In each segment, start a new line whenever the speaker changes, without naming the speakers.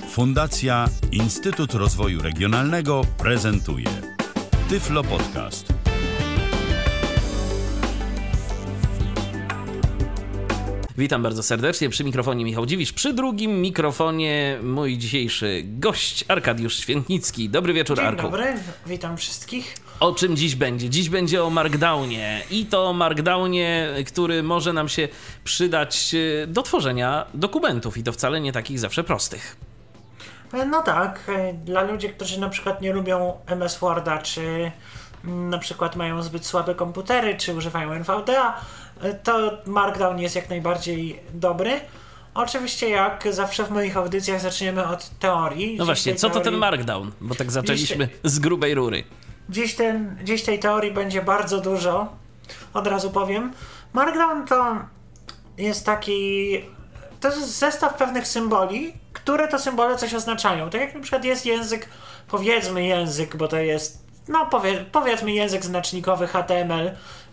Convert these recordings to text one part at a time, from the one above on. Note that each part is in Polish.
Fundacja Instytut Rozwoju Regionalnego prezentuje Tyflo Podcast.
Witam bardzo serdecznie, przy mikrofonie Michał Dziwisz, przy drugim mikrofonie mój dzisiejszy gość Arkadiusz Świętnicki. Dobry wieczór, Arku.
Dzień dobry, witam wszystkich.
O czym dziś będzie? Dziś będzie o Markdownie i to Markdownie, który może nam się przydać do tworzenia dokumentów i to wcale nie takich zawsze prostych.
No tak, dla ludzi, którzy na przykład nie lubią MS Worda, czy na przykład mają zbyt słabe komputery, czy używają NVDA, to Markdown jest jak najbardziej dobry. Oczywiście jak zawsze w moich audycjach zaczniemy od teorii.
No właśnie, co to ten Markdown? Bo tak zaczęliśmy z grubej rury.
Dziś tej teorii będzie bardzo dużo, od razu powiem. Markdown to jest to jest zestaw pewnych symboli, które to symbole coś oznaczają. Tak jak na przykład jest język, bo to jest, powiedzmy język znacznikowy HTML,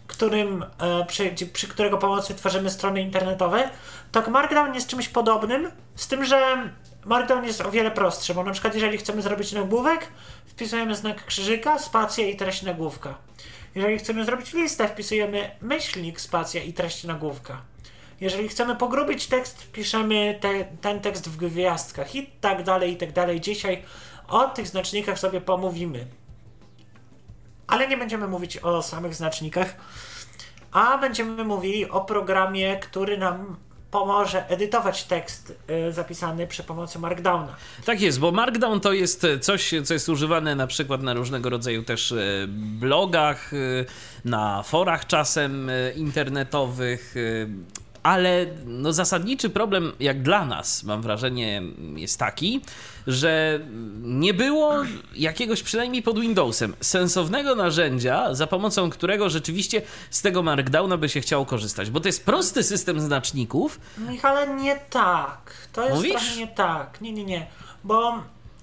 przy którego pomocy tworzymy strony internetowe, to Markdown jest czymś podobnym, z tym, że Markdown jest o wiele prostszy, bo na przykład jeżeli chcemy zrobić nagłówek, wpisujemy znak krzyżyka, spację i treść nagłówka. Jeżeli chcemy zrobić listę, wpisujemy myślnik, spacja i treść nagłówka. Jeżeli chcemy pogrubić tekst, piszemy ten tekst w gwiazdkach i tak dalej, i tak dalej. Dzisiaj o tych znacznikach sobie pomówimy. Ale nie będziemy mówić o samych znacznikach, a będziemy mówili o programie, który nam pomoże edytować tekst zapisany przy pomocy Markdowna.
Tak jest, bo Markdown to jest coś, co jest używane na przykład na różnego rodzaju też blogach, na forach czasem internetowych, ale zasadniczy problem, jak dla nas, mam wrażenie, jest taki, że nie było jakiegoś, przynajmniej pod Windowsem, sensownego narzędzia, za pomocą którego rzeczywiście z tego Markdowna by się chciało korzystać. Bo to jest prosty system znaczników.
Michale, nie tak. To jest
Mówisz?
trochę nie tak. Nie. Bo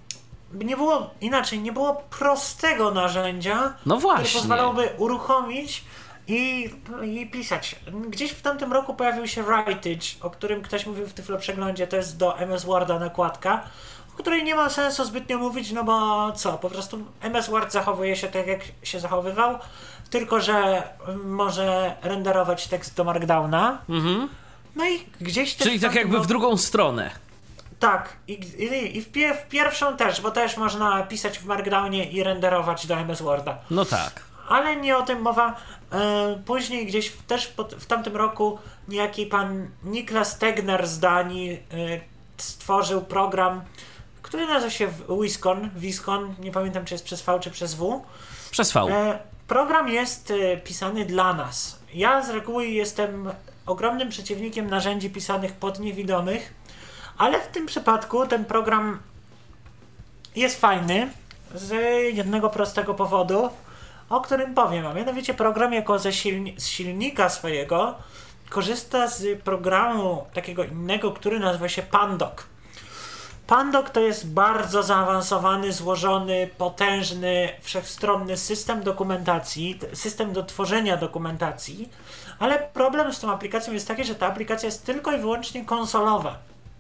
nie było prostego narzędzia, które pozwalałoby uruchomić i pisać. Gdzieś w tamtym roku pojawił się Writage, o którym ktoś mówił w Tyflo Przeglądzie, to jest do MS Worda nakładka, o której nie ma sensu zbytnio mówić, no bo po prostu MS Word zachowuje się tak, jak się zachowywał, tylko że może renderować tekst do Markdowna. Mhm. No i gdzieś też...
Czyli tak jakby w drugą stronę.
Tak, i w pierwszą też, bo też można pisać w Markdownie i renderować do MS Worda.
No tak.
Ale nie o tym mowa. Później gdzieś też w tamtym roku niejaki pan Niklas Tegner z Danii stworzył program, który nazywa się Viscon, nie pamiętam czy jest przez V czy przez W.
Przez V.
Program jest pisany dla nas. Ja z reguły jestem ogromnym przeciwnikiem narzędzi pisanych pod niewidomych, ale w tym przypadku ten program jest fajny z jednego prostego powodu, o którym powiem, a mianowicie program jako z silnika swojego korzysta z programu takiego innego, który nazywa się Pandoc. Pandoc to jest bardzo zaawansowany, złożony, potężny, wszechstronny system dokumentacji, system do tworzenia dokumentacji, ale problem z tą aplikacją jest taki, że ta aplikacja jest tylko i wyłącznie konsolowa.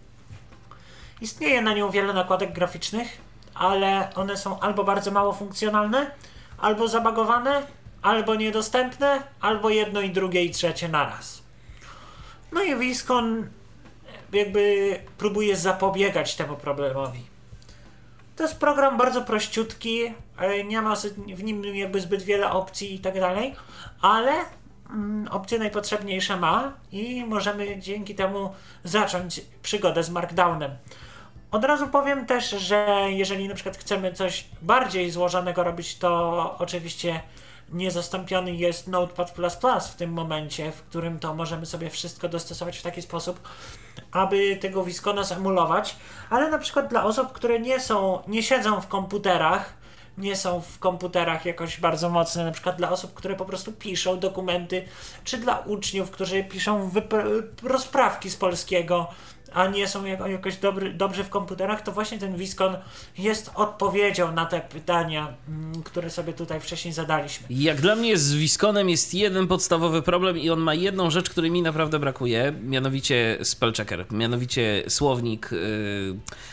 Istnieje na nią wiele nakładek graficznych, ale one są albo bardzo mało funkcjonalne, albo zabagowane, albo niedostępne, albo jedno i drugie i trzecie naraz. No i Viscon jakby próbuje zapobiegać temu problemowi. To jest program bardzo prościutki, nie ma w nim jakby zbyt wiele opcji i tak dalej, ale opcje najpotrzebniejsze ma i możemy dzięki temu zacząć przygodę z Markdownem. Od razu powiem też, że jeżeli na przykład chcemy coś bardziej złożonego robić, to oczywiście niezastąpiony jest Notepad++ w tym momencie, w którym to możemy sobie wszystko dostosować w taki sposób, aby tego Viscona zemulować, ale na przykład dla osób, które nie siedzą w komputerach, nie są w komputerach jakoś bardzo mocne, na przykład dla osób, które po prostu piszą dokumenty, czy dla uczniów, którzy piszą rozprawki z polskiego, a nie są jakoś dobrzy w komputerach, to właśnie ten Viscon jest odpowiedzią na te pytania, które sobie tutaj wcześniej zadaliśmy.
Jak dla mnie z Visconem jest jeden podstawowy problem i on ma jedną rzecz, której mi naprawdę brakuje, mianowicie spell checker, mianowicie słownik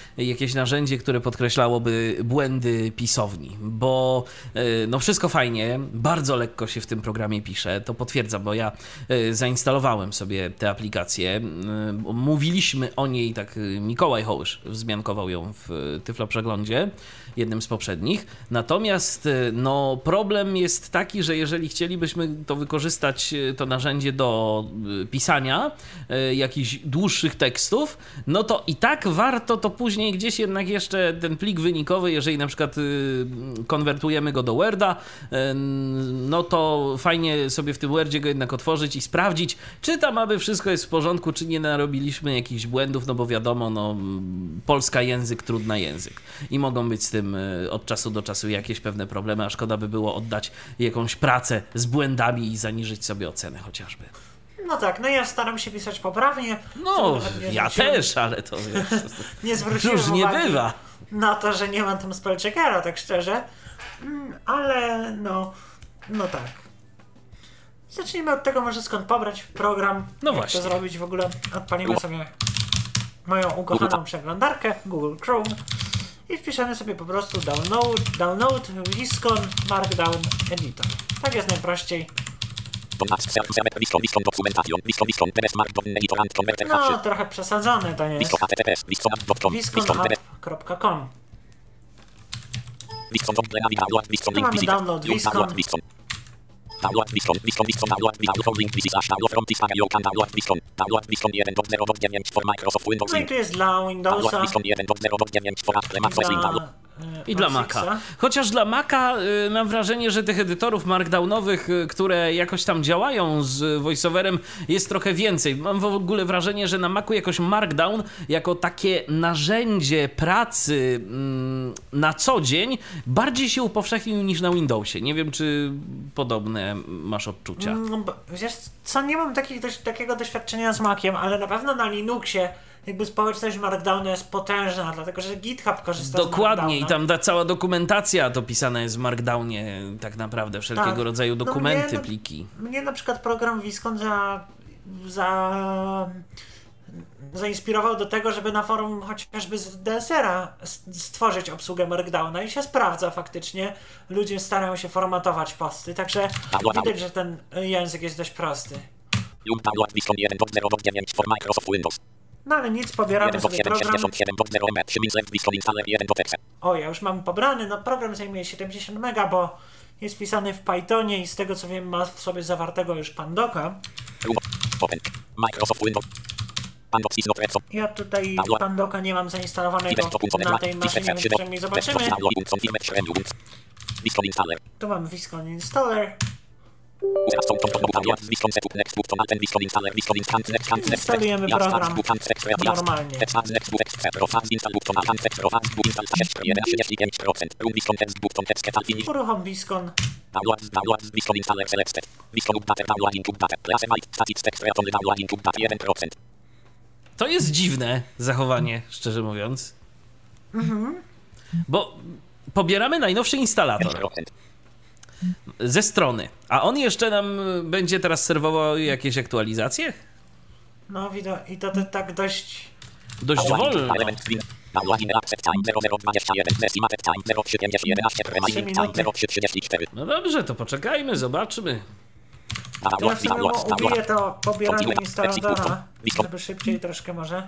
jakieś narzędzie, które podkreślałoby błędy pisowni, bo no wszystko fajnie, bardzo lekko się w tym programie pisze, to potwierdzam, bo ja zainstalowałem sobie tę aplikację, mówiliśmy o niej, tak Mikołaj Hołysz wzmiankował ją w Tyflo Przeglądzie, jednym z poprzednich, natomiast no problem jest taki, że jeżeli chcielibyśmy to wykorzystać, to narzędzie do pisania jakichś dłuższych tekstów, no to i tak warto to później gdzieś jednak jeszcze ten plik wynikowy, jeżeli na przykład konwertujemy go do Worda, no to fajnie sobie w tym Wordzie go jednak otworzyć i sprawdzić, czy tam aby wszystko jest w porządku, czy nie narobiliśmy jakichś błędów, no bo wiadomo, no polska język, trudna język i mogą być z tym od czasu do czasu jakieś pewne problemy, a szkoda by było oddać jakąś pracę z błędami i zaniżyć sobie ocenę chociażby.
No tak, no ja staram się pisać poprawnie.
No, ja też, ale to wiesz,
nie zwróciłem
już nie
uwagi
bywa
na to, że nie mam tam spellcheckera, tak szczerze. Ale no tak. Zacznijmy od tego może skąd pobrać program.
No
jak
właśnie.
to zrobić w ogóle. Odpalimy sobie moją ukochaną przeglądarkę Google Chrome i wpiszemy sobie po prostu download Viscon Markdown Editor. Tak jest najprościej. No, trochę przesadzone to jest. Visconapp.com. Tu mamy download Viscon. No i tu jest dla Windowsa
i dla Maca. Chociaż dla Maca mam wrażenie, że tych edytorów markdownowych, które jakoś tam działają z voiceoverem, jest trochę więcej. Mam w ogóle wrażenie, że na Macu jakoś Markdown jako takie narzędzie pracy na co dzień bardziej się upowszechnił niż na Windowsie. Nie wiem, czy podobne masz odczucia.
Wiesz co, nie mam takiego doświadczenia z Maciem, ale na pewno na Linuxie jakby społeczność Markdownu jest potężna, dlatego że GitHub korzysta z Markdowna.
Dokładnie, i tam cała dokumentacja to pisana jest w Markdownie, tak naprawdę, wszelkiego rodzaju dokumenty, pliki.
Mnie na przykład program Viscon zainspirował do tego, żeby na forum chociażby z DSR-a stworzyć obsługę Markdowna i się sprawdza faktycznie. Ludzie starają się formatować posty, także widać, że ten język jest dość prosty. No ale nic, pobieramy sobie program. O, ja już mam pobrany, no program zajmuje 70 MB, bo jest pisany w Pythonie i z tego co wiem ma w sobie zawartego już Pandoka. Ja tutaj Pandoka nie mam zainstalowanego na tej maszynie, więc przynajmniej zobaczymy. Tu mam Viscon Installer. Instalujemy program normalnie. Uruchom Viscon.
To jest dziwne zachowanie, szczerze mówiąc. Bo pobieramy najnowszy instalator ze strony, a on jeszcze nam będzie teraz serwował jakieś aktualizacje?
No i to tak dość
wolno.
3 minuty.
No dobrze, to poczekajmy, zobaczmy.
To ja sobie ubiję to pobieranie instalatora, żeby szybciej troszkę może.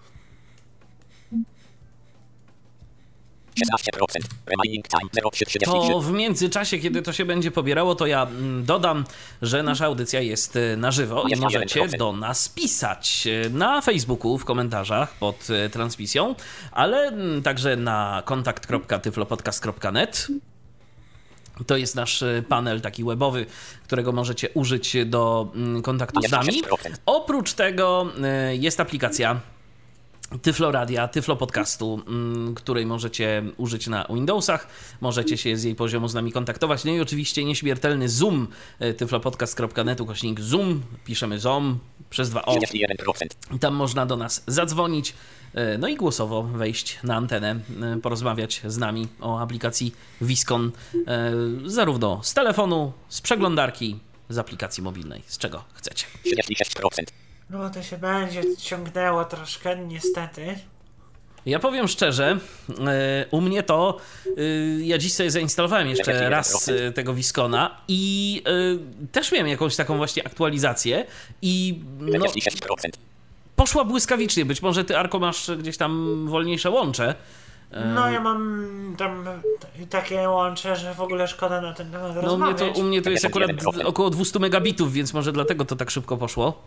16%.
To w międzyczasie, kiedy to się będzie pobierało, to ja dodam, że nasza audycja jest na żywo i możecie do nas pisać na Facebooku w komentarzach pod transmisją, ale także na kontakt.tyflopodcast.net. To jest nasz panel taki webowy, którego możecie użyć do kontaktu z nami. Oprócz tego jest aplikacja Tyflo Radia, Tyflo Podcastu, której możecie użyć na Windowsach. Możecie się z jej poziomu z nami kontaktować. No i oczywiście nieśmiertelny Zoom, tyflopodcast.net/Zoom. Piszemy Zoom przez 2 O. I tam można do nas zadzwonić, no i głosowo wejść na antenę, porozmawiać z nami o aplikacji Viscon, zarówno z telefonu, z przeglądarki, z aplikacji mobilnej, z czego chcecie.
36%.
No to się będzie ciągnęło troszkę, niestety.
Ja powiem szczerze, u mnie to ja dziś sobie zainstalowałem jeszcze raz tego Viscona i też miałem jakąś taką właśnie aktualizację i no, poszła błyskawicznie. Być może ty, Arko, masz gdzieś tam wolniejsze łącze.
No ja mam tam takie łącze, że w ogóle szkoda na ten temat
No
rozmawiać.
u mnie to jest akurat około 200 megabitów, więc może dlatego to tak szybko poszło.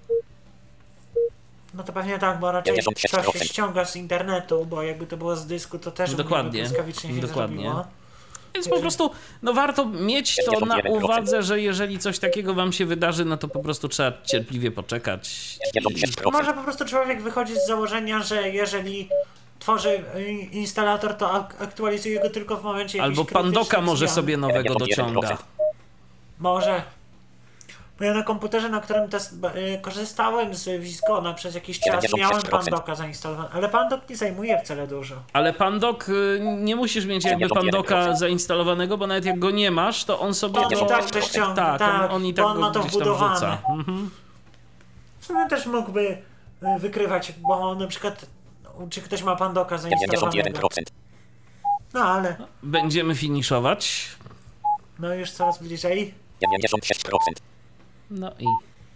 No to pewnie tak, bo raczej to się ściąga z internetu, bo jakby to było z dysku, to też
Dokładnie,
błyskawicznie się zrobiło.
Więc po prostu no warto mieć to na uwadze, że jeżeli coś takiego wam się wydarzy, no to po prostu trzeba cierpliwie poczekać.
Może po prostu człowiek wychodzi z założenia, że jeżeli tworzy instalator, to aktualizuje go tylko w momencie jakichś
albo Pandoka
krytycznych
może
zmian.
sobie nowego dociąga.
Może. Bo ja na komputerze, na którym korzystałem z Viscona przez jakiś czas, miałem Pandoka zainstalowane, ale Pandok nie zajmuje wcale dużo.
Ale Pandok, nie musisz mieć jakby Pandoka zainstalowanego, bo nawet jak go nie masz, to on sobie
On i tak to ściąga,
tak, on i tak
on ma to
gdzieś tam
wbudowane.
wrzuca. Mhm.
W sumie też mógłby wykrywać, bo na przykład czy ktoś ma Pandoka zainstalowanego. No ale...
Będziemy finiszować.
No już coraz bliżej.
96%.
No i...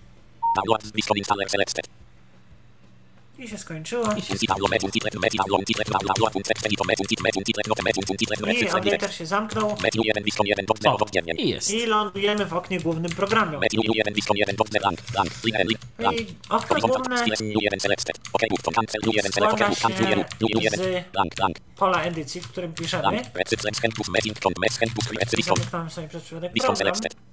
I się skończyło. I updater się zamknął.
I jest.
I lądujemy w oknie głównym programu. I okno główne składa się z pola edycji, w którym piszemy. Zamykamy sobie przez przypadek program.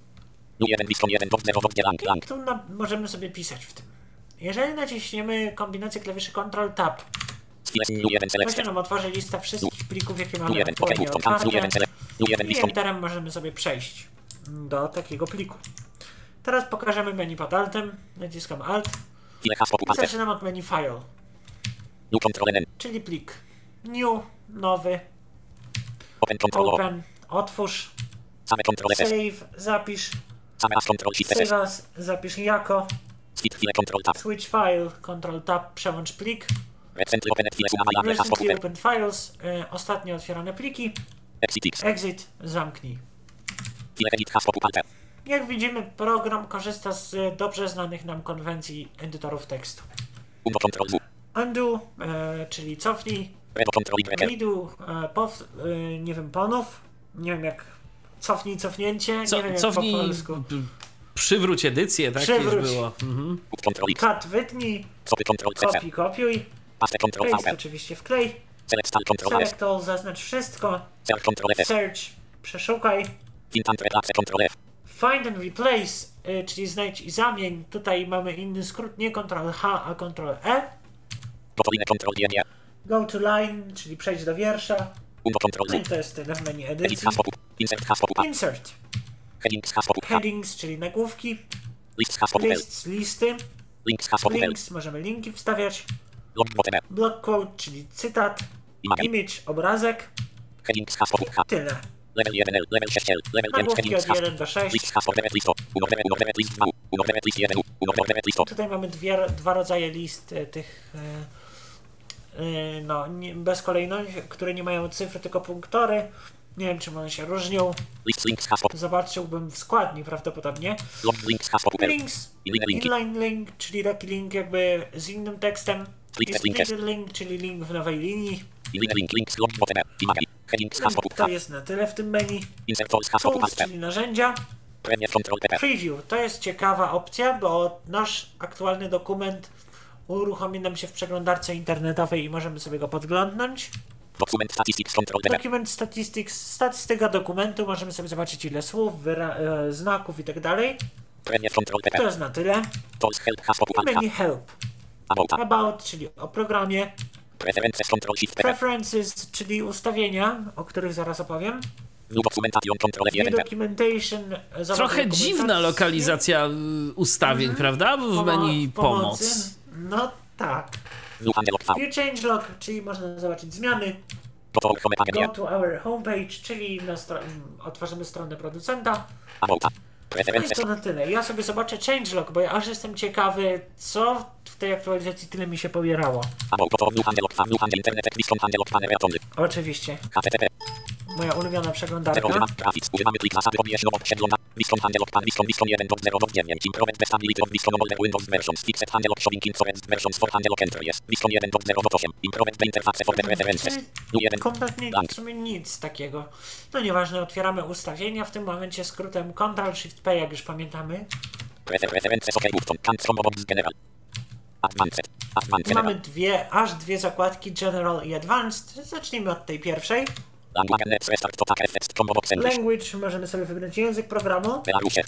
I tu możemy sobie pisać w tym. Jeżeli naciśniemy kombinację klawiszy Ctrl-Tab, to się nam otworzy lista wszystkich plików, jakie mamy aktualnie otwarte. I Enterem możemy sobie przejść do takiego pliku. Teraz pokażemy menu pod Altem. Naciskam Alt. I zaczynam od menu File. Czyli plik. New, nowy. Open, otwórz. Save, zapisz. Save as, zapisz jako. Switch file, Ctrl-Tab, przełącz plik. Recently opened files, ostatnio otwierane pliki. Exit, zamknij. Jak widzimy, program korzysta z dobrze znanych nam konwencji edytorów tekstu. Undo, czyli cofnij. Redo, nie wiem, ponów. Nie wiem jak cofnij, cofnięcie. Nie wiem jak
cofnij,
po polsku.
Przywróć edycję, tak już było. Mhm.
Cut, wytnij. Copy, kopiuj. Paste oczywiście wklej. Select all, zaznacz wszystko. Search, przeszukaj. Find and replace, czyli znajdź i zamień. Tutaj mamy inny skrót, nie Ctrl-H, a Ctrl-E. Go to line, czyli przejdź do wiersza. No i to jest tyle w menu edycji. Insert. Headings, czyli nagłówki. Lists, listy. Links, możemy linki wstawiać. Block quote, czyli cytat. Image, obrazek. Tyle. Nagłówki od 1 do 6. Tutaj mamy dwa rodzaje list tych no, bez kolejności, które nie mają cyfr, tylko punktory. Nie wiem, czym one się różnią. Zobaczyłbym w składni prawdopodobnie. Links, inline link, czyli taki link jakby z innym tekstem. I splitted link, czyli link w nowej linii. To jest na tyle w tym menu. Tools, czyli narzędzia. Preview, to jest ciekawa opcja, bo nasz aktualny dokument uruchomi nam się w przeglądarce internetowej i możemy sobie go podglądnąć. Document Statistics, statystyka dokumentu, możemy sobie zobaczyć ile słów, znaków i tak dalej. To jest na tyle. I menu Help. About, czyli o programie. Preferences, czyli ustawienia, o których zaraz opowiem. Documentation.
Trochę dziwna lokalizacja ustawień, prawda? W menu pomoc.
No tak. View changelog, czyli można zobaczyć zmiany. Go to our homepage, czyli otworzymy stronę producenta. No i to na tyle. Ja sobie zobaczę changelog, bo ja aż jestem ciekawy, co w tej aktualizacji tyle mi się pobierało. Oczywiście. Moja ulubiona przeglądarka. Kompletnie w sumie nic takiego. No nieważne, otwieramy ustawienia, w tym momencie skrótem Ctrl-Shift-P, jak już pamiętamy. Mamy aż dwie zakładki General i Advanced. Zacznijmy od tej pierwszej. Language, możemy sobie wybrać język programu.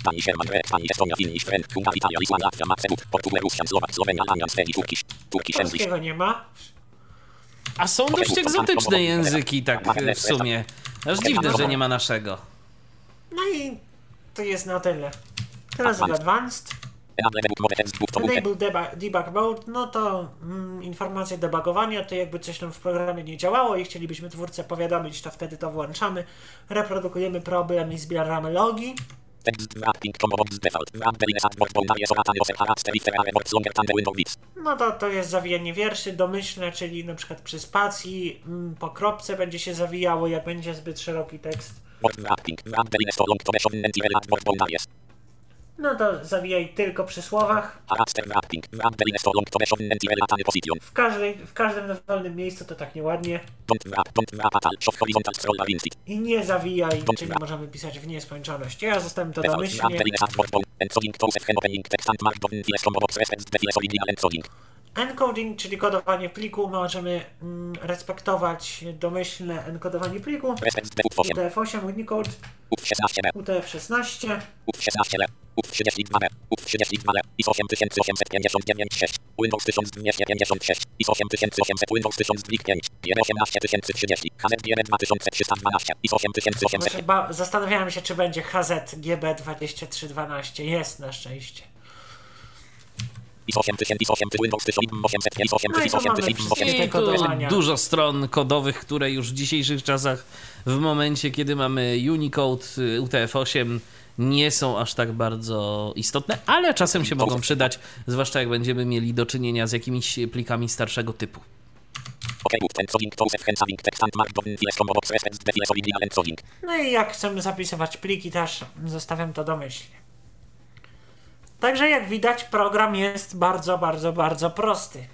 Polskiego nie ma.
A są dość egzotyczne języki, tak w sumie. Aż dziwne, że nie ma naszego.
No i to jest na tyle. Teraz Advanced. Enable Debug Mode, no to informacje debugowania, to jakby coś nam w programie nie działało i chcielibyśmy twórcę powiadomić, to wtedy to włączamy, reprodukujemy problem i zbieramy logi. No to jest zawijanie wierszy domyślne, czyli na przykład przy spacji po kropce będzie się zawijało, jak będzie zbyt szeroki tekst. No to zawijaj tylko przy słowach. W każdym dowolnym miejscu to tak nieładnie. I nie zawijaj, czyli możemy pisać w nieskończoność. Ja zostawiam to domyślnie. Encoding, czyli kodowanie pliku, możemy respektować domyślne enkodowanie pliku. UTF-8, Unicode, UTF-16,
ISO 8859, Windows 1256, ISO 8800, Windows 1000, Blik 5, GB 18030, HZGB 2312, ISO 8800.
Zastanawiałem się, czy będzie HZGB 2312. Jest na szczęście.
ISO 8000, ISO 8000, Windows 1800, ISO 8000, ISO 8000.
I dużo stron kodowych, które już w dzisiejszych czasach, w momencie kiedy mamy Unicode, UTF-8, nie są aż tak bardzo istotne, ale czasem się mogą przydać, zwłaszcza jak będziemy mieli do czynienia z jakimiś plikami starszego typu.
No i jak chcemy zapisywać pliki, też zostawiam to domyślnie. Także jak widać, program jest bardzo, bardzo, bardzo prosty.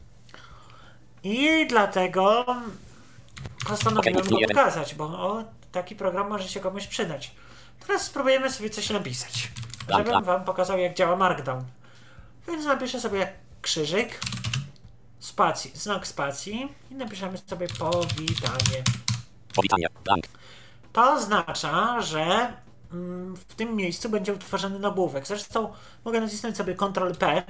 I dlatego postanowiłem go pokazać, bo taki program może się komuś przydać. Teraz spróbujemy sobie coś napisać, żebym wam pokazał, jak działa Markdown. Więc napiszę sobie krzyżyk, spacji, znak spacji i napiszemy sobie powitanie. To oznacza, że w tym miejscu będzie utworzony nagłówek. Zresztą mogę nacisnąć sobie Ctrl-P.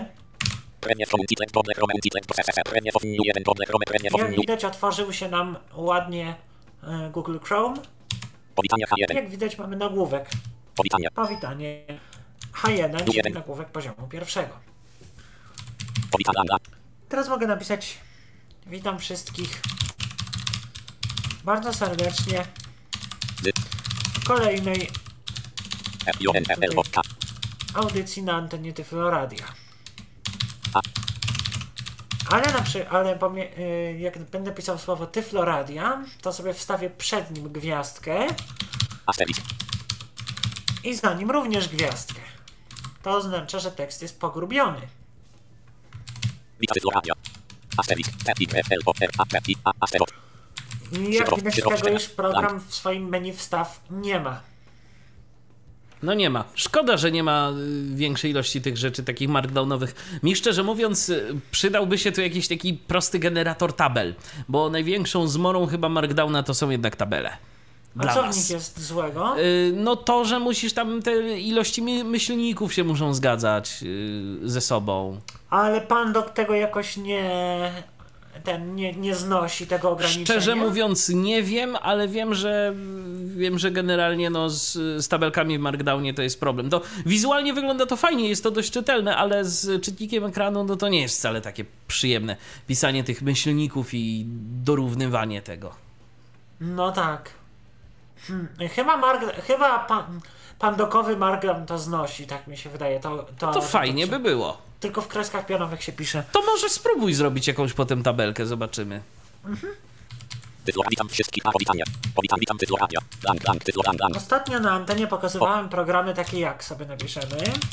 Jak widać, otworzył się nam ładnie Google Chrome. Jak widać, mamy nagłówek. Powitanie. H1, czyli nagłówek poziomu pierwszego. Teraz mogę napisać: witam wszystkich bardzo serdecznie w kolejnej audycji na antenie Tyflo Radia. Ale jak będę pisał słowo Tyflo Radia, to sobie wstawię przed nim gwiazdkę i za nim również gwiazdkę. To oznacza, że tekst jest pogrubiony. I jak widać, tego już program w swoim menu wstaw nie ma.
No nie ma. Szkoda, że nie ma większej ilości tych rzeczy takich markdownowych. Mi szczerze mówiąc, przydałby się tu jakiś taki prosty generator tabel, bo największą zmorą chyba Markdowna to są jednak tabele.
A co w nich jest złego?
No to, że musisz tam, te ilości myślników się muszą zgadzać ze sobą.
Ale pan do tego jakoś nie znosi tego ograniczenia?
Szczerze mówiąc nie wiem, ale wiem, że generalnie z tabelkami w Markdownie to jest problem. To wizualnie wygląda to fajnie, jest to dość czytelne, ale z czytnikiem ekranu no to nie jest wcale takie przyjemne pisanie tych myślników i dorównywanie tego.
No tak. Chyba pan dokowy Markdown to znosi, tak mi się wydaje.
To fajnie by było.
Tylko w kreskach pionowych się pisze.
To może spróbuj zrobić jakąś potem tabelkę, zobaczymy.
Witam wszystkich, witam Tyfloradio. Tyfloradio.
Ostatnio na antenie pokazywałem programy takie jak sobie napiszemy.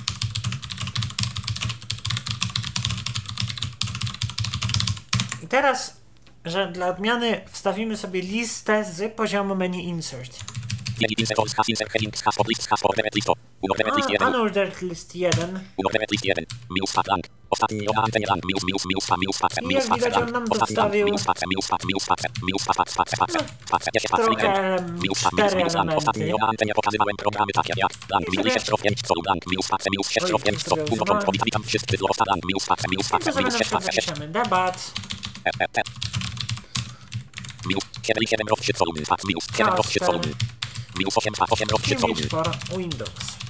I teraz, że dla odmiany wstawimy sobie listę z poziomu menu insert. Unordered list 1.
Ostatnio na antenie lang,
I jak widać on nam dostawił trochę 4 elementy.
Ostatnio na antenie pokazywałem programy takie jak lang, -6 colu, lang, -6 colu, witam wszyscy, lang,
I to sobie na przykład napiszemy debat.
7 rozszy colu, -7 rozszy colu, -8 rozszy colu.
Image for Windows.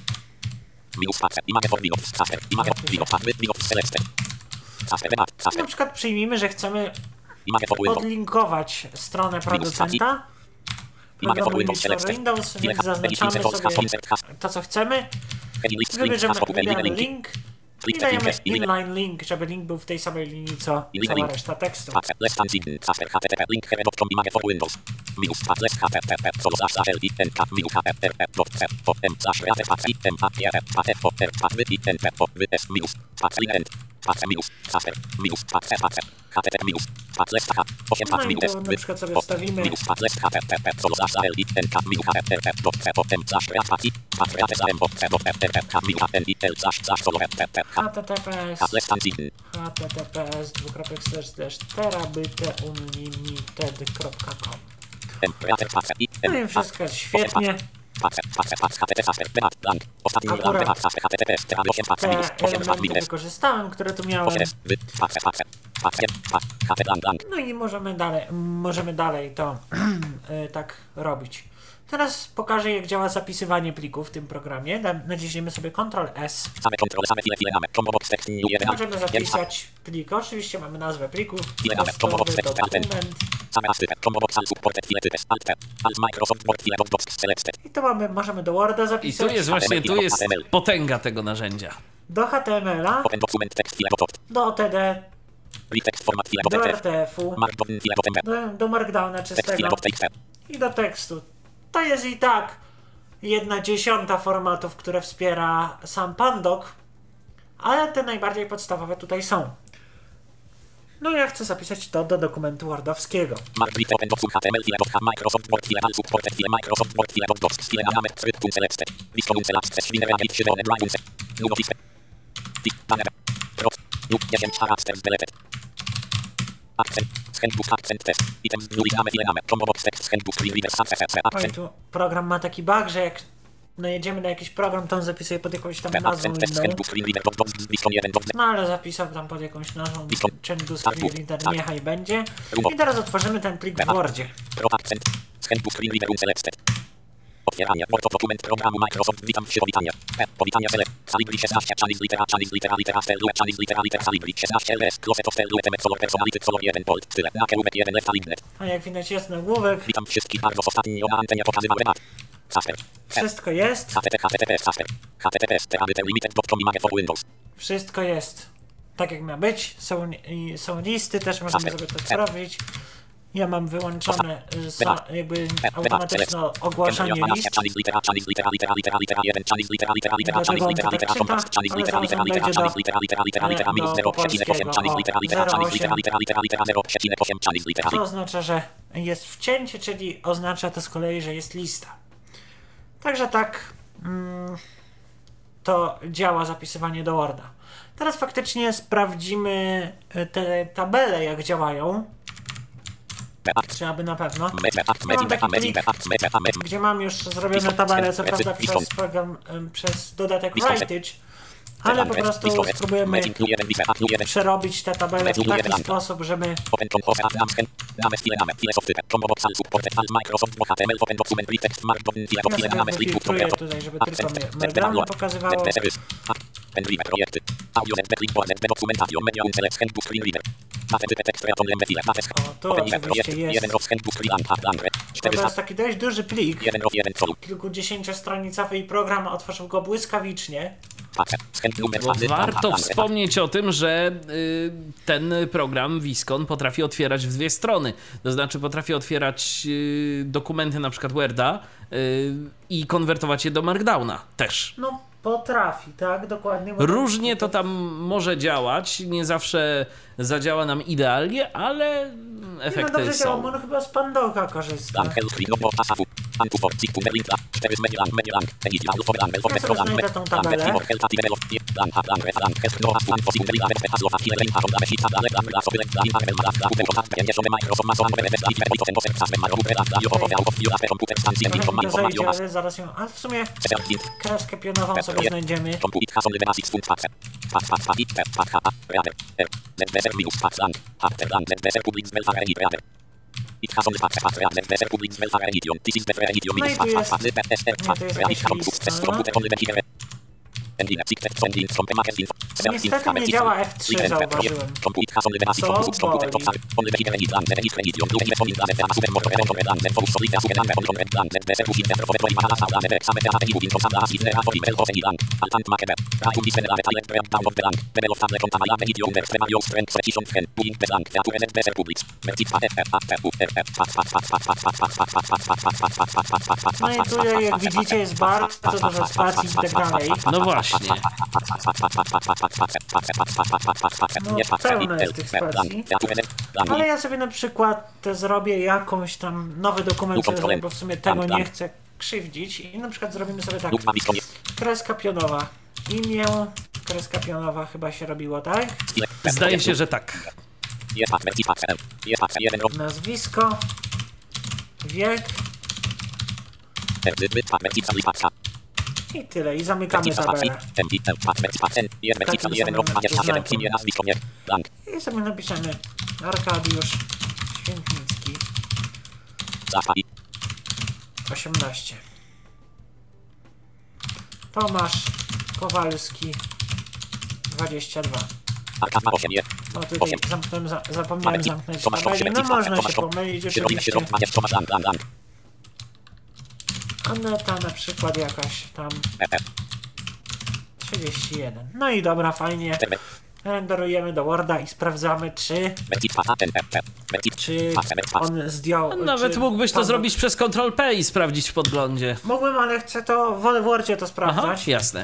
Na przykład przyjmijmy, że chcemy podlinkować stronę producenta programu Image for Windows, więc zaznaczamy sobie to, co chcemy, wybierzemy link i dajemy inline link, żeby link był w tej samej linii, co cała reszta tekstu. No i to na przykład sobie wstawimy https://terabyteunlimited.com. No i wszystko jest świetnie. Akurat te elementy wykorzystałem, które tu miałem. No i możemy dalej to tak robić. Teraz pokażę, jak działa zapisywanie plików w tym programie. Naciśniemy sobie Ctrl+S. Możemy zapisać plik. Oczywiście mamy nazwę pliku. Dokument. I to możemy do Worda zapisać.
I tu jest potęga tego narzędzia.
Do HTML-a, do OTD, do RTF-u, do Markdowna czystego i do tekstu. To jest i tak 1/10 formatów, które wspiera sam Pandoc, ale te najbardziej podstawowe tutaj są. No ja chcę zapisać to do dokumentu wordowskiego. Oj, tu program ma taki bug, że jak najedziemy na jakiś program, to on zapisuje pod jakąś tam nazwą inną. No ale zapisał tam pod jakąś nazwą Change Screen Reader, niechaj będzie. I teraz otworzymy ten plik w Wordzie.
Otwieranie, Word dokument programu Microsoft, witam w powitania. Powitania tele, salibri 16, chanis litera, salibri 16, ls, closet of telue, color personality, color 1, bold, tyle, na kiełbek 1, left, alignet.
A jak widać jest nagłówek.
Witam wszystkich bardzo ostatnio na antenie pokazywałem temat.
Wszystko jest. Wszystko jest tak jak ma być. Są listy, też możemy sobie to zrobić. Ja mam wyłączone jakby automatyczne ogłaszanie list. Dlatego on to tak czyta, ale zaraz on dojdzie do polskiego o 08. To oznacza, że jest wcięcie, czyli oznacza to z kolei, że jest lista. Także tak to działa zapisywanie do Worda. Teraz faktycznie sprawdzimy te tabele, jak działają. Trzeba by na pewno. Mam taki plik, gdzie mam już zrobione tabele, co prawda przez program, przez dodatek Writage, ale po prostu spróbujemy przerobić te tabele w taki sposób, żeby ja sobie wyfiltruję tutaj, żeby tylko Markdowny pokazywało. O, tu oczywiście jest bo to jest taki dość duży plik, kilkudziesięciostronicowy i program otworzył go błyskawicznie.
Warto wspomnieć o tym, że ten program Viscon potrafi otwierać w dwie strony. To znaczy potrafi otwierać dokumenty na przykład Worda i konwertować je do Markdowna też.
No potrafi, tak, dokładnie.
Różnie to tam może działać, nie zawsze zadziała nam idealnie, ale efekty
dobrze
są.
działa, on chyba z Pandoka korzysta. Ja sobie znajdę tą tabelę. Zajdzie, ale zaraz ją... A w sumie kreskę pionową sobie znajdziemy. Niestety nie działa F3, zauważyłem. No i tutaj, jak widzicie, jest bardzo dużo spacji i tak dalej.
No właśnie.
No, pełno jest tych spacji. Ale ja sobie na przykład zrobię jakąś tam nowy dokument, bo w sumie tego nie chcę krzywdzić. I na przykład zrobimy sobie tak. Kreska pionowa. Imię. Kreska pionowa chyba się robiło, tak?
Zdaje się, że tak.
Nazwisko. Wiek. I tyle. I zamykamy tabelę. I sobie napiszemy Arkadiusz Świętnicki 18. Tomasz Kowalski 22. No tutaj zapomniałem zamknąć tabelę. No można się pomylić oczywiście. Aneta na przykład jakaś tam 31. No i dobra, fajnie. Renderujemy do Worda i sprawdzamy, czy on zdjął...
Nawet mógłbyś to zrobić przez Ctrl-P i sprawdzić w podglądzie.
Mógłbym, ale chcę to w Wordzie to sprawdzać.
Aha, jasne.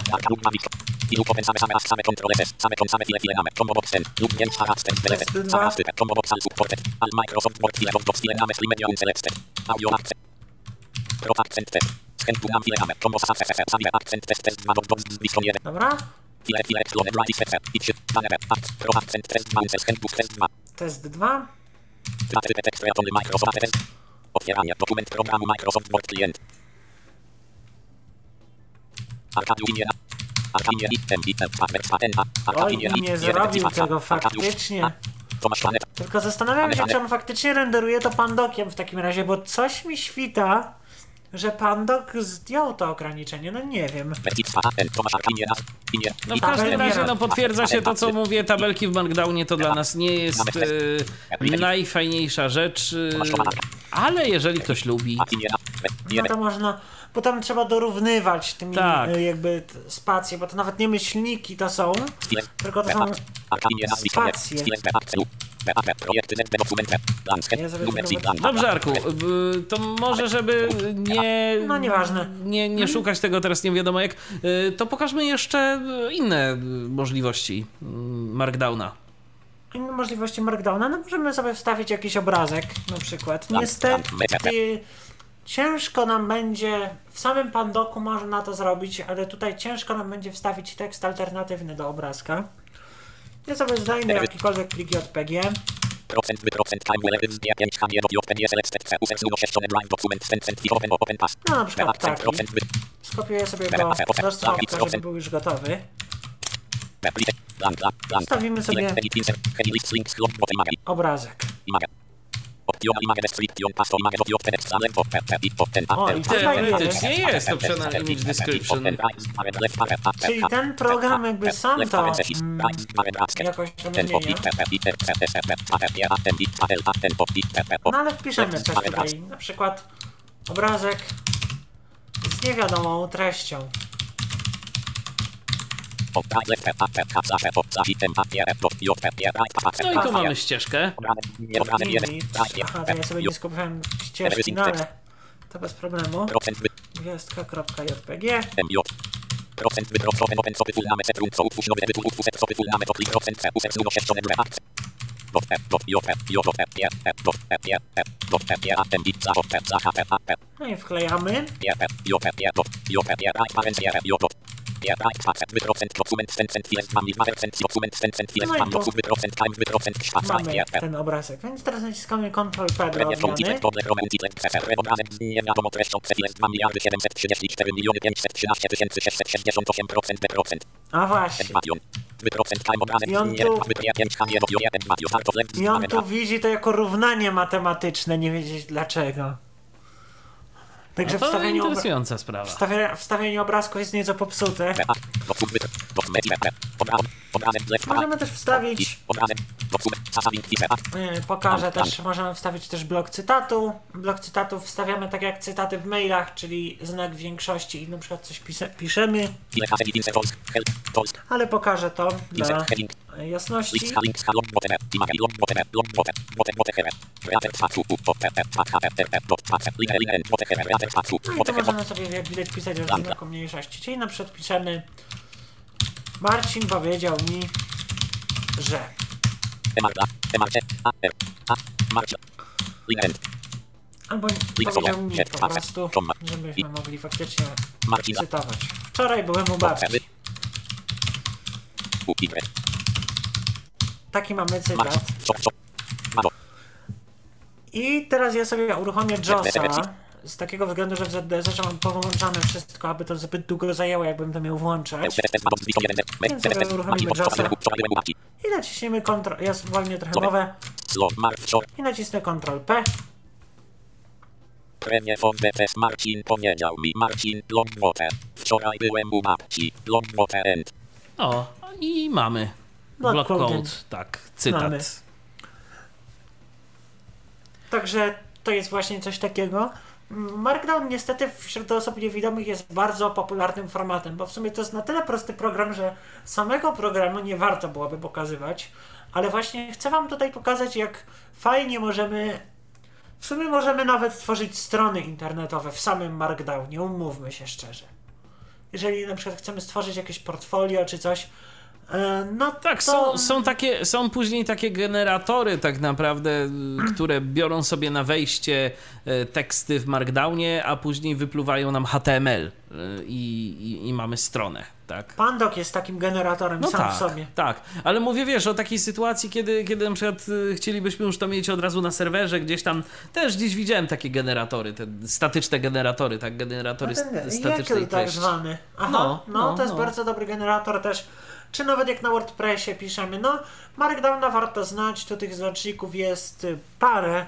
Dobra. Test 2.
Otwieranie dokument programu Microsoft Word Client.
Oj, nie zrobił tego faktycznie. Tylko zastanawiam się, czy on faktycznie renderuje to pandokiem w takim razie, bo coś mi świta, że Pandok zdjął to ograniczenie, no nie wiem.
No w każdym razie no, potwierdza się to, co mówię, tabelki w Markdownie to dla nas nie jest najfajniejsza rzecz, ale jeżeli ktoś lubi...
No to można, bo tam trzeba dorównywać tymi jakby spacje, bo to nawet nie myślniki to są, tylko to są spacje.
Dobrze, Arku, to może, żeby nie szukać tego teraz nie wiadomo jak, to pokażmy jeszcze inne możliwości Markdowna.
Inne możliwości Markdowna? No możemy sobie wstawić jakiś obrazek na przykład. Niestety ciężko nam będzie, w samym Pandoku można to zrobić, ale tutaj ciężko nam będzie wstawić tekst alternatywny do obrazka. Ja sobie zdajmy jakikolwiek plik JPG. No na przykład taki. Skopiuję sobie go do schowka, żeby był już gotowy. Wstawimy sobie obrazek. O, i
teoretycznie jest optional image description.
Czyli ten program jakby sam to jakoś to zmienia. No ale wpiszemy coś tutaj, na przykład obrazek z niewiadomą treścią.
No i tu mamy ścieżkę.
Aha, to ja sobie nie skupiłem ścieżki, no ale to bez problemu. Gwiazdka.jpg. No i wklejamy. Mamy ten obrazek, więc teraz naciskamy Ctrl+P dla odmiany. A właśnie. I on tu widzi to jako równanie matematyczne, nie wiedzieć dlaczego. Także
No to interesująca sprawa.
Wstawienie obrazków jest nieco popsute. Możemy też wstawić... Pokażę też, możemy wstawić też blok cytatu. Blok cytatów wstawiamy tak jak cytaty w mailach, czyli znak większości i na przykład coś piszemy. Ale pokażę to dla jasności. No i to możemy sobie, jak widać, pisać o znaku mniejszości. Czyli na przykład piszemy: Marcin powiedział mi, że. Albo powiedział mi po prostu, żebyśmy mogli faktycznie cytować. Wczoraj byłem u babci. Taki mamy cytat. I teraz ja sobie uruchomię JAWSa z takiego względu, że w ZDS-ie mam połączone wszystko, aby to zbyt długo zajęło, jakbym to miał włączać. Więc sobie uruchomimy JAWSa i naciśniemy Ctrl... Ja zwolnię trochę mowę. I nacisnę Ctrl+P.
Marcin powiedział mi, Marcin Longwater. Wczoraj byłem u babci. Longwater end.
O, i mamy block code, tak, cytat.
Mamy. Także to jest właśnie coś takiego. Markdown niestety wśród osób niewidomych jest bardzo popularnym formatem, bo w sumie to jest na tyle prosty program, że samego programu nie warto byłoby pokazywać, ale właśnie chcę wam tutaj pokazać, jak fajnie możemy, w sumie możemy nawet tworzyć strony internetowe w samym Markdownie, umówmy się szczerze. Jeżeli na przykład chcemy stworzyć jakieś portfolio czy coś, no
tak,
to...
są później takie generatory tak naprawdę, które biorą sobie na wejście teksty w Markdownie, a później wypluwają nam HTML i mamy stronę, tak?
Pandoc jest takim generatorem
no
sam
tak,
w sobie.
Tak, ale mówię, wiesz, o takiej sytuacji, kiedy na przykład chcielibyśmy już to mieć od razu na serwerze, gdzieś tam, też gdzieś widziałem takie generatory, te statyczne generatory, tak, generatory statycznej
tak
treści.
zwany. Aha, to jest bardzo dobry generator też. Czy nawet jak na WordPressie piszemy, no Markdowna warto znać, tu tych znaczników jest parę,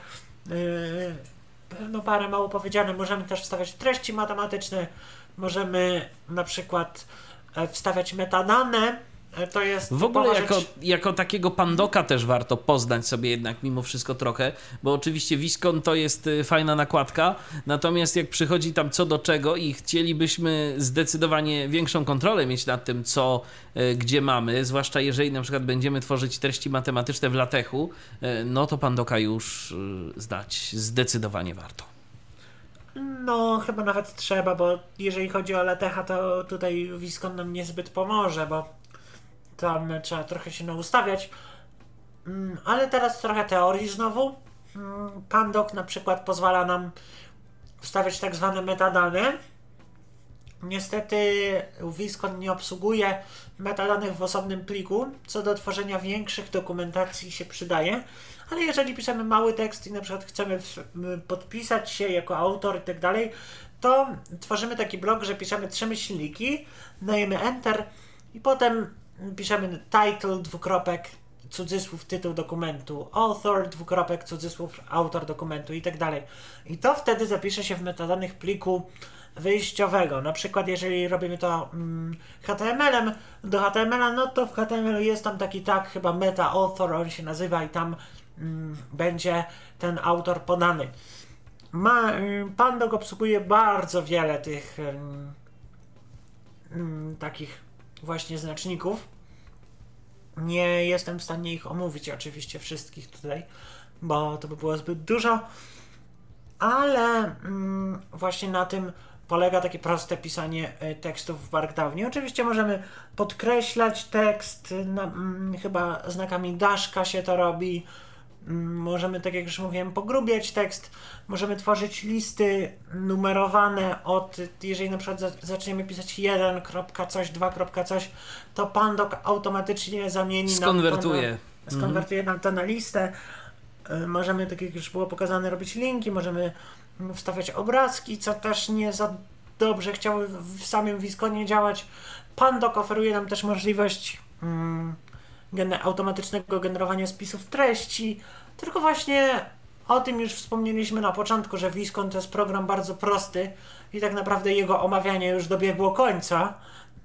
parę mało powiedziane, możemy też wstawiać treści matematyczne, możemy na przykład wstawiać metadane, to jest...
W ogóle jako takiego pandoka też warto poznać sobie jednak mimo wszystko trochę, bo oczywiście Viscon to jest fajna nakładka, natomiast jak przychodzi tam co do czego i chcielibyśmy zdecydowanie większą kontrolę mieć nad tym, co gdzie mamy, zwłaszcza jeżeli na przykład będziemy tworzyć treści matematyczne w LaTeXu, no to pandoka już znać zdecydowanie warto.
No, chyba nawet trzeba, bo jeżeli chodzi o LaTeXa, to tutaj Viscon nam niezbyt pomoże, bo tam trzeba trochę się naustawiać. Ale teraz trochę teorii znowu. Pandoc na przykład pozwala nam wstawiać tak zwane metadane. Niestety Viscon nie obsługuje metadanych w osobnym pliku, co do tworzenia większych dokumentacji się przydaje. Ale jeżeli piszemy mały tekst i na przykład chcemy podpisać się jako autor i tak dalej, to tworzymy taki blok, że piszemy 3 myślniki, dajemy Enter i potem piszemy title, cudzysłów, tytuł dokumentu, author, cudzysłów, autor dokumentu i tak dalej. I to wtedy zapisze się w metadanych pliku wyjściowego. Na przykład jeżeli robimy to HTML-em, do HTML-a, no to w HTML-u jest tam taki tag, chyba meta author on się nazywa i tam będzie ten autor podany. Pandog obsługuje bardzo wiele tych takich właśnie znaczników. Nie jestem w stanie ich omówić oczywiście wszystkich tutaj, bo to by było zbyt dużo, ale właśnie na tym polega takie proste pisanie tekstów w Markdownie. Oczywiście możemy podkreślać tekst, chyba znakami daszka się to robi. Możemy, tak jak już mówiłem, pogrubiać tekst. Możemy tworzyć listy numerowane jeżeli na przykład zaczniemy pisać 1. coś, 2. coś, to Pandog automatycznie zamieni skonwertuje nam to na listę. Możemy, tak jak już było pokazane, robić linki, możemy wstawiać obrazki, co też nie za dobrze chciało w samym Visconie działać. Pandog oferuje nam też możliwość automatycznego generowania spisów treści, tylko właśnie o tym już wspomnieliśmy na początku, że Viscon to jest program bardzo prosty i tak naprawdę jego omawianie już dobiegło końca.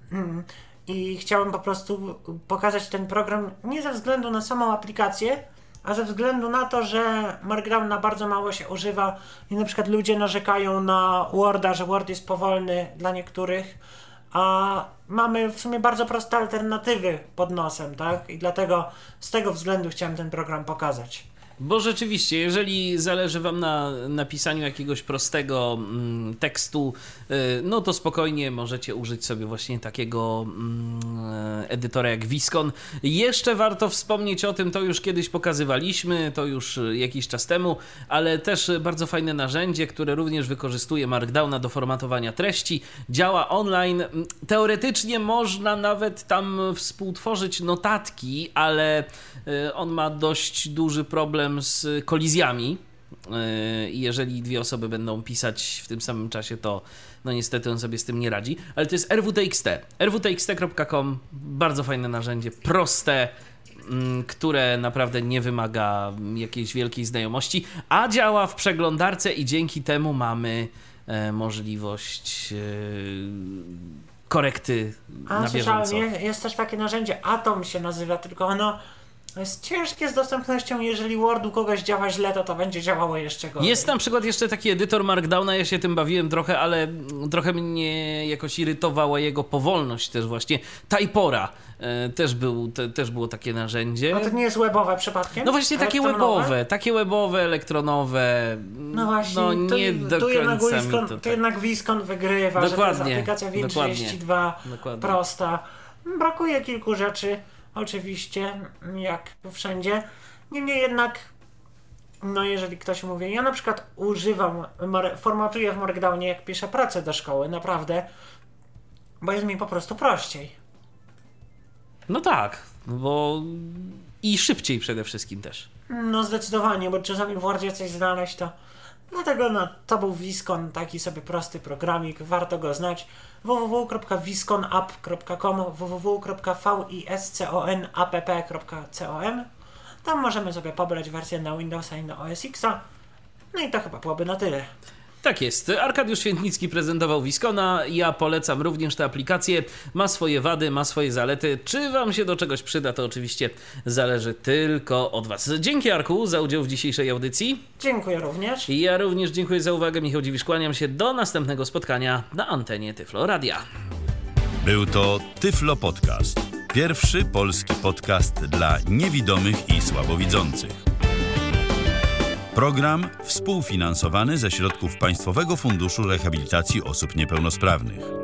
I chciałem po prostu pokazać ten program nie ze względu na samą aplikację, a ze względu na to, że Markdowna bardzo mało się używa i na przykład ludzie narzekają na Worda, że Word jest powolny dla niektórych, a mamy w sumie bardzo proste alternatywy pod nosem, tak? I dlatego z tego względu chciałem ten program pokazać.
Bo rzeczywiście, jeżeli zależy wam na napisaniu jakiegoś prostego tekstu, no to spokojnie możecie użyć sobie właśnie takiego edytora jak Viscon. Jeszcze warto wspomnieć o tym, to już kiedyś pokazywaliśmy, to już jakiś czas temu, ale też bardzo fajne narzędzie, które również wykorzystuje Markdowna do formatowania treści. Działa online. Teoretycznie można nawet tam współtworzyć notatki, ale on ma dość duży problem z kolizjami. Jeżeli dwie osoby będą pisać w tym samym czasie, to no niestety on sobie z tym nie radzi. Ale to jest rwtxt. rwtxt.com, bardzo fajne narzędzie, proste, które naprawdę nie wymaga jakiejś wielkiej znajomości, a działa w przeglądarce i dzięki temu mamy możliwość korekty na bieżąco.
Jest też takie narzędzie, Atom się nazywa, tylko ono jest ciężkie z dostępnością. Jeżeli Word u kogoś działa źle, to będzie działało jeszcze gorzej.
Jest na przykład jeszcze taki edytor Markdowna, ja się tym bawiłem trochę, ale trochę mnie jakoś irytowała jego powolność też właśnie. Typora też było takie narzędzie.
A to nie jest webowe przypadkiem?
No właśnie takie webowe, elektronowe.
No właśnie,
no nie do końca mi to
to jednak Viscon wygrywa,
dokładnie,
że to jest aplikacja Win32 prosta. Brakuje kilku rzeczy. Oczywiście, jak wszędzie. Niemniej jednak, no jeżeli ktoś mówi, ja na przykład formatuję w Markdownie, jak piszę pracę do szkoły, naprawdę, bo jest mi po prostu prościej.
No tak, bo i szybciej przede wszystkim też.
No zdecydowanie, bo czasami w Wordzie coś znaleźć, to dlatego to był Viscon, taki sobie prosty programik, warto go znać. www.visconapp.com, www.visconapp.com. Tam możemy sobie pobrać wersję na Windowsa i na OS X-a. No i to chyba byłoby na tyle.
Tak jest. Arkadiusz Świętnicki prezentował Viscona. Ja polecam również tę aplikację. Ma swoje wady, ma swoje zalety. Czy wam się do czegoś przyda, to oczywiście zależy tylko od was. Dzięki, Arku, za udział w dzisiejszej audycji.
Dziękuję również.
I ja również dziękuję za uwagę. Michał Dziwisz, kłaniam się do następnego spotkania na antenie Tyflo Radia.
Był to Tyflo Podcast. Pierwszy polski podcast dla niewidomych i słabowidzących. Program współfinansowany ze środków Państwowego Funduszu Rehabilitacji Osób Niepełnosprawnych.